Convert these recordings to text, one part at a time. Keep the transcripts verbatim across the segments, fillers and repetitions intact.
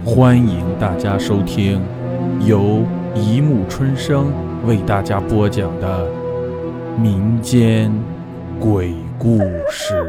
欢迎大家收听由一木春生为大家播讲的民间鬼故事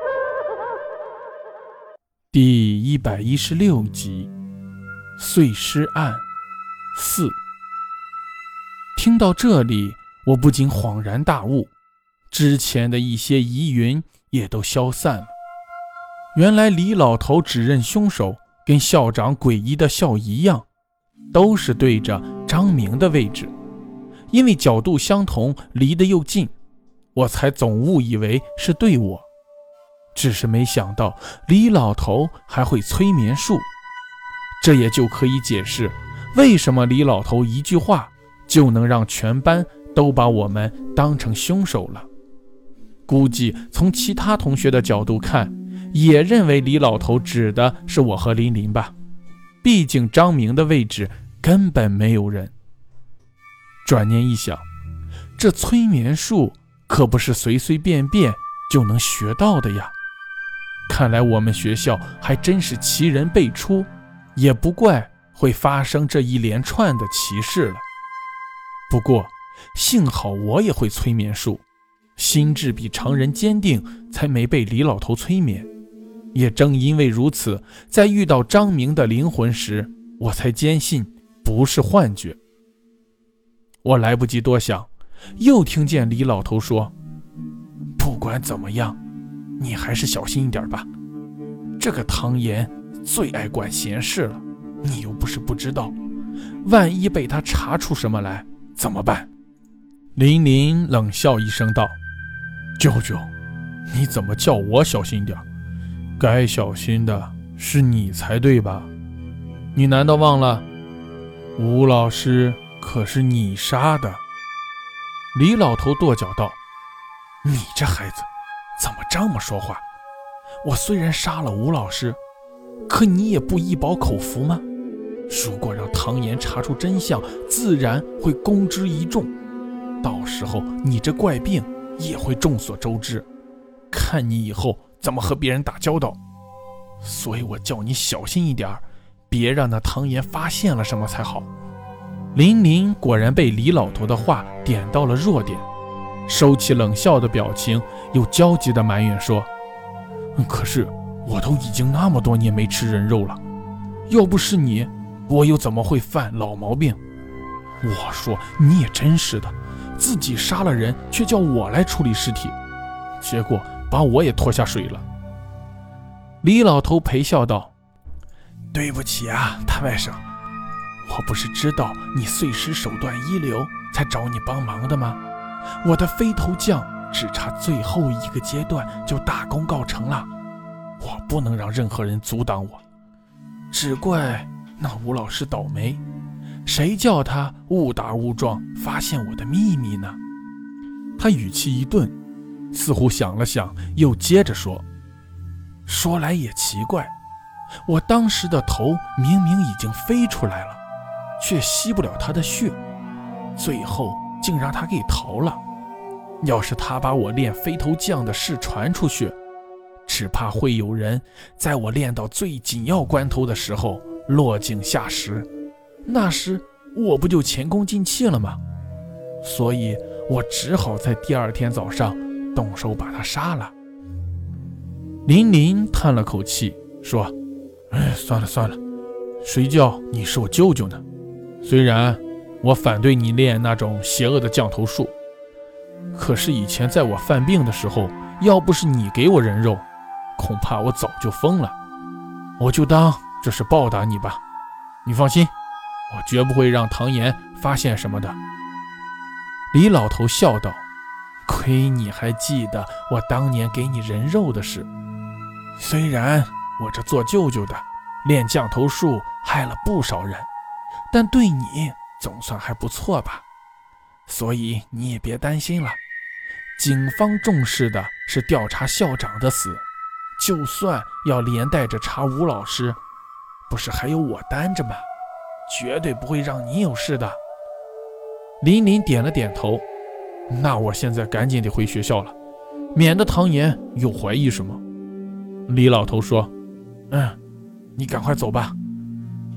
第一百一十六集碎尸案四。听到这里，我不禁恍然大悟，之前的一些疑云也都消散了。原来李老头指认凶手跟校长诡异的笑一样，都是对着张明的位置，因为角度相同，离得又近，我才总误以为是对我。只是没想到李老头还会催眠术，这也就可以解释为什么李老头一句话就能让全班都把我们当成凶手了。估计从其他同学的角度看，也认为李老头指的是我和琳琳吧，毕竟张明的位置根本没有人。转念一想，这催眠术可不是随随便便就能学到的呀。看来我们学校还真是奇人辈出，也不怪会发生这一连串的奇事了。不过幸好我也会催眠术，心智比常人坚定，才没被李老头催眠。也正因为如此，在遇到张明的灵魂时，我才坚信不是幻觉。我来不及多想，又听见李老头说，不管怎么样，你还是小心一点吧，这个唐岩最爱管闲事了，你又不是不知道，万一被他查出什么来怎么办？琳琳冷笑一声道，舅舅，你怎么叫我小心一点？该小心的是你才对吧？你难道忘了吴老师可是你杀的？李老头跺脚道，你这孩子怎么这么说话？我虽然杀了吴老师，可你也不一饱口福吗？如果让唐岩查出真相，自然会公之于众，到时候你这怪病也会众所周知，看你以后怎么和别人打交道。所以我叫你小心一点，别让那唐岩发现了什么才好。琳琳果然被李老头的话点到了弱点，收起冷笑的表情，又焦急地埋怨说，可是我都已经那么多年没吃人肉了，要不是你，我又怎么会犯老毛病？我说你也真是的，自己杀了人却叫我来处理尸体，结果把我也拖下水了。李老头陪笑道，对不起啊，谭外甥，我不是知道你碎尸手段一流才找你帮忙的吗？我的飞头将只差最后一个阶段就大功告成了，我不能让任何人阻挡我。只怪那吴老师倒霉，谁叫他误打误撞发现我的秘密呢？他语气一顿，似乎想了想，又接着说，说来也奇怪，我当时的头明明已经飞出来了，却吸不了他的血，最后竟让他给逃了。要是他把我练飞头将的事传出去，只怕会有人在我练到最紧要关头的时候落井下石，那时我不就前功尽弃了吗？所以我只好在第二天早上动手把他杀了。琳琳叹了口气说，哎，算了算了，谁叫你是我舅舅呢？虽然我反对你练那种邪恶的降头术，可是以前在我犯病的时候，要不是你给我人肉，恐怕我早就疯了。我就当这是报答你吧，你放心，我绝不会让唐岩发现什么的。李老头笑道，亏你还记得我当年给你人肉的事。虽然我这做舅舅的练降头术害了不少人，但对你总算还不错吧，所以你也别担心了。警方重视的是调查校长的死，就算要连带着查吴老师，不是还有我担着吗？绝对不会让你有事的。琳琳点了点头，那我现在赶紧得回学校了，免得唐岩又怀疑什么。李老头说，嗯，你赶快走吧，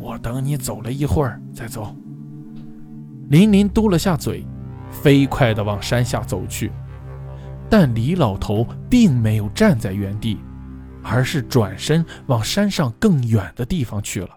我等你走了一会儿再走。林林嘟了下嘴，飞快地往山下走去。但李老头并没有站在原地，而是转身往山上更远的地方去了。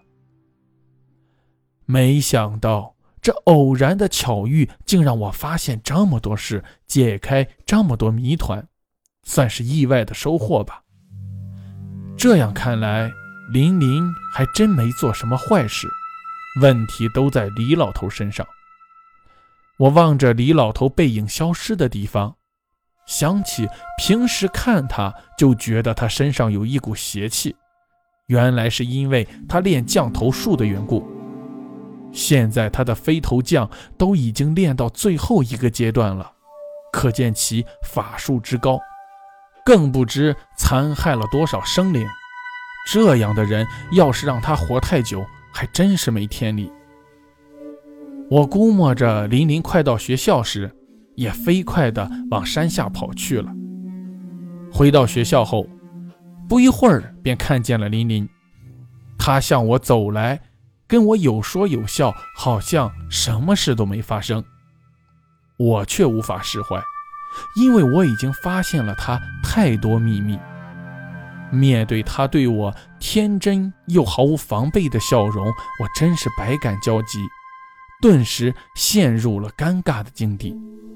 没想到这偶然的巧遇竟让我发现这么多事，解开这么多谜团，算是意外的收获吧。这样看来，林林还真没做什么坏事，问题都在李老头身上。我望着李老头背影消失的地方，想起平时看他就觉得他身上有一股邪气，原来是因为他练降头术的缘故。现在他的飞头降都已经练到最后一个阶段了，可见其法术之高，更不知残害了多少生灵。这样的人要是让他活太久，还真是没天理。我估摸着林林快到学校时，也飞快地往山下跑去了。回到学校后，不一会儿便看见了林林，他向我走来，跟我有说有笑，好像什么事都没发生。我却无法释怀，因为我已经发现了他太多秘密。面对他对我天真又毫无防备的笑容，我真是百感交集，顿时陷入了尴尬的境地。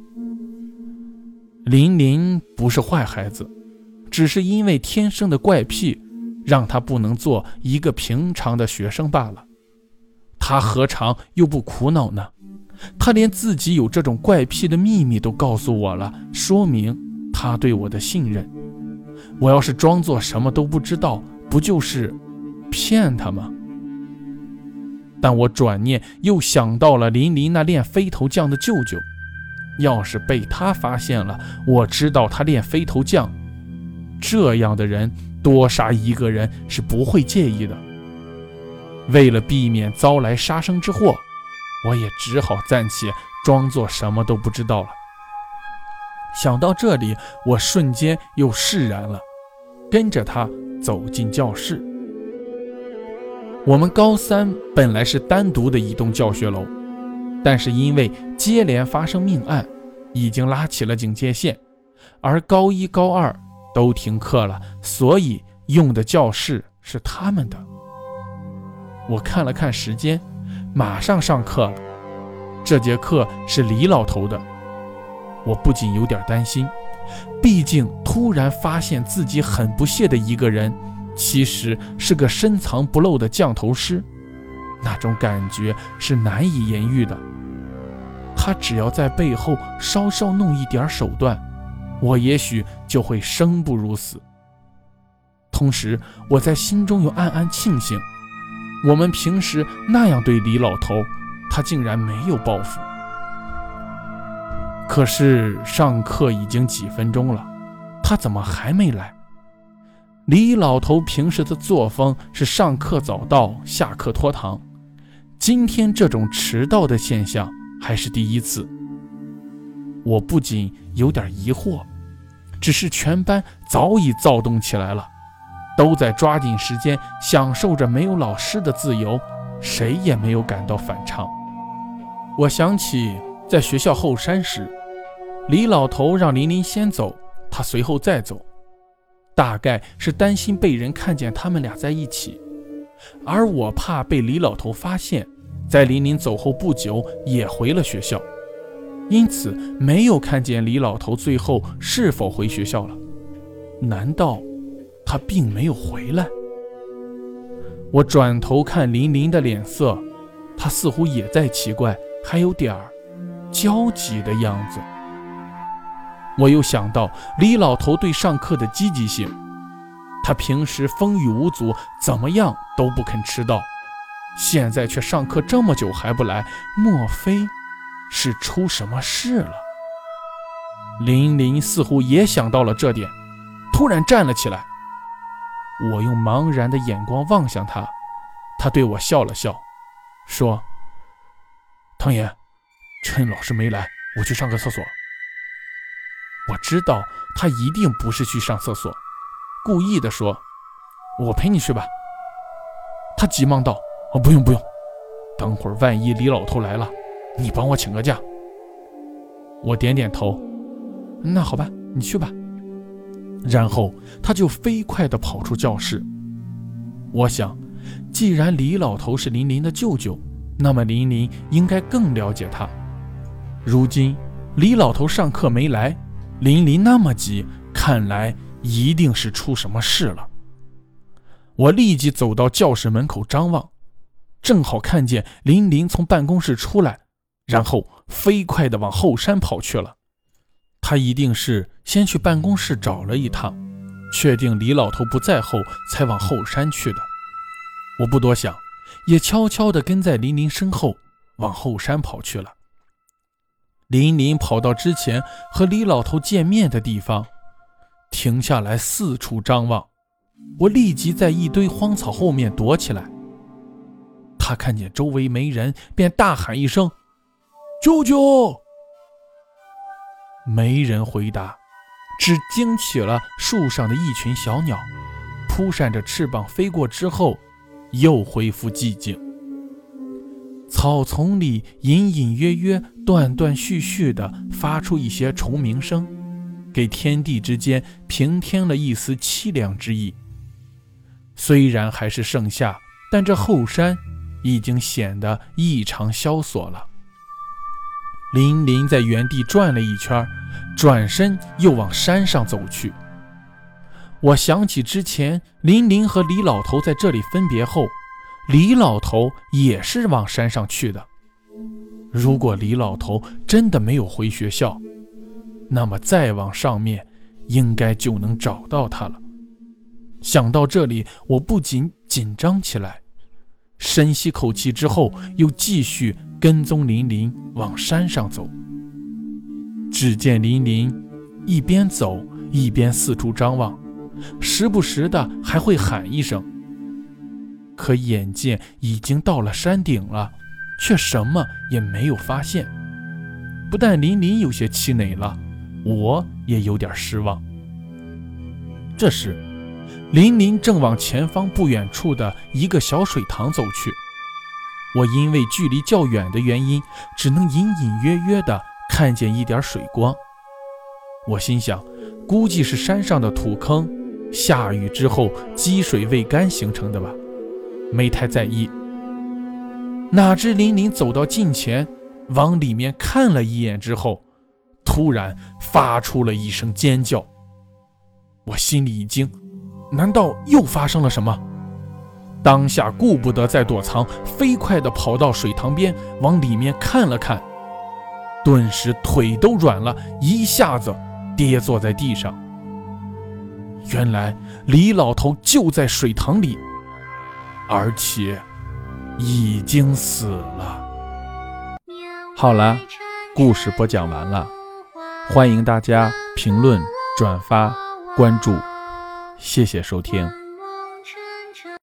林林不是坏孩子，只是因为天生的怪癖，让他不能做一个平常的学生罢了。他何尝又不苦恼呢？他连自己有这种怪癖的秘密都告诉我了，说明他对我的信任。我要是装作什么都不知道，不就是骗他吗？但我转念又想到了林林那练飞头降的舅舅，要是被他发现了，我知道他练飞头降，这样的人多杀一个人是不会介意的。为了避免遭来杀生之祸，我也只好暂且装作什么都不知道了。想到这里，我瞬间又释然了，跟着他走进教室。我们高三本来是单独的一栋教学楼，但是因为接连发生命案，已经拉起了警戒线，而高一高二都停课了，所以用的教室是他们的。我看了看时间，马上上课了。这节课是李老头的，我不仅有点担心，毕竟突然发现自己很不屑的一个人，其实是个深藏不露的降头师，那种感觉是难以言喻的。他只要在背后稍稍弄一点手段，我也许就会生不如死。同时，我在心中又暗暗庆幸，我们平时那样对李老头，他竟然没有报复。可是上课已经几分钟了，他怎么还没来？李老头平时的作风是上课早到，下课拖堂，今天这种迟到的现象还是第一次。我不仅有点疑惑，只是全班早已躁动起来了，都在抓紧时间享受着没有老师的自由，谁也没有感到反常。我想起在学校后山时，李老头让林林先走，他随后再走，大概是担心被人看见他们俩在一起，而我怕被李老头发现，在林林走后不久也回了学校，因此没有看见李老头最后是否回学校了。难道他并没有回来？我转头看林林的脸色，他似乎也在奇怪，还有点儿焦急的样子。我又想到李老头对上课的积极性，他平时风雨无阻，怎么样都不肯迟到，现在却上课这么久还不来，莫非是出什么事了？林林似乎也想到了这点，突然站了起来。我用茫然的眼光望向他，他对我笑了笑，说：唐岩，趁老师没来，我去上个厕所。我知道他一定不是去上厕所，故意的说：我陪你去吧。他急忙道：哦，不用不用， 等会儿万一李老头来了，你帮我请个假。我点点头，那好吧，你去吧。然后他就飞快地跑出教室。我想，既然李老头是琳琳的舅舅，那么琳琳应该更了解他。如今李老头上课没来，琳琳那么急，看来一定是出什么事了。我立即走到教室门口张望，正好看见琳琳从办公室出来，然后飞快地往后山跑去了。她一定是先去办公室找了一趟，确定李老头不在后才往后山去的。我不多想，也悄悄地跟在琳琳身后往后山跑去了。琳琳跑到之前和李老头见面的地方，停下来四处张望。我立即在一堆荒草后面躲起来。他看见周围没人，便大喊一声：“舅舅！”没人回答，只惊起了树上的一群小鸟，扑扇着翅膀飞过之后，又恢复寂静。草丛里隐隐约约、断断续续地发出一些虫鸣声，给天地之间平添了一丝凄凉之意。虽然还是盛夏，但这后山已经显得异常萧索了。琳琳在原地转了一圈，转身又往山上走去。我想起之前琳琳和李老头在这里分别后，李老头也是往山上去的。如果李老头真的没有回学校，那么再往上面应该就能找到他了。想到这里，我不仅紧张起来，深吸口气之后，又继续跟踪琳琳往山上走。只见琳琳一边走一边四处张望，时不时的还会喊一声。可眼见已经到了山顶了，却什么也没有发现。不但琳琳有些气馁了，我也有点失望。这时琳琳正往前方不远处的一个小水塘走去。我因为距离较远的原因，只能隐隐约约地看见一点水光。我心想，估计是山上的土坑下雨之后积水未干形成的吧，没太在意。哪知琳琳走到近前，往里面看了一眼之后，突然发出了一声尖叫。我心里一惊，难道又发生了什么？当下顾不得再躲藏，飞快地跑到水塘边，往里面看了看，顿时腿都软了，一下子跌坐在地上。原来李老头就在水塘里，而且已经死了。好了，故事播讲完了，欢迎大家评论、转发、关注，谢谢收听。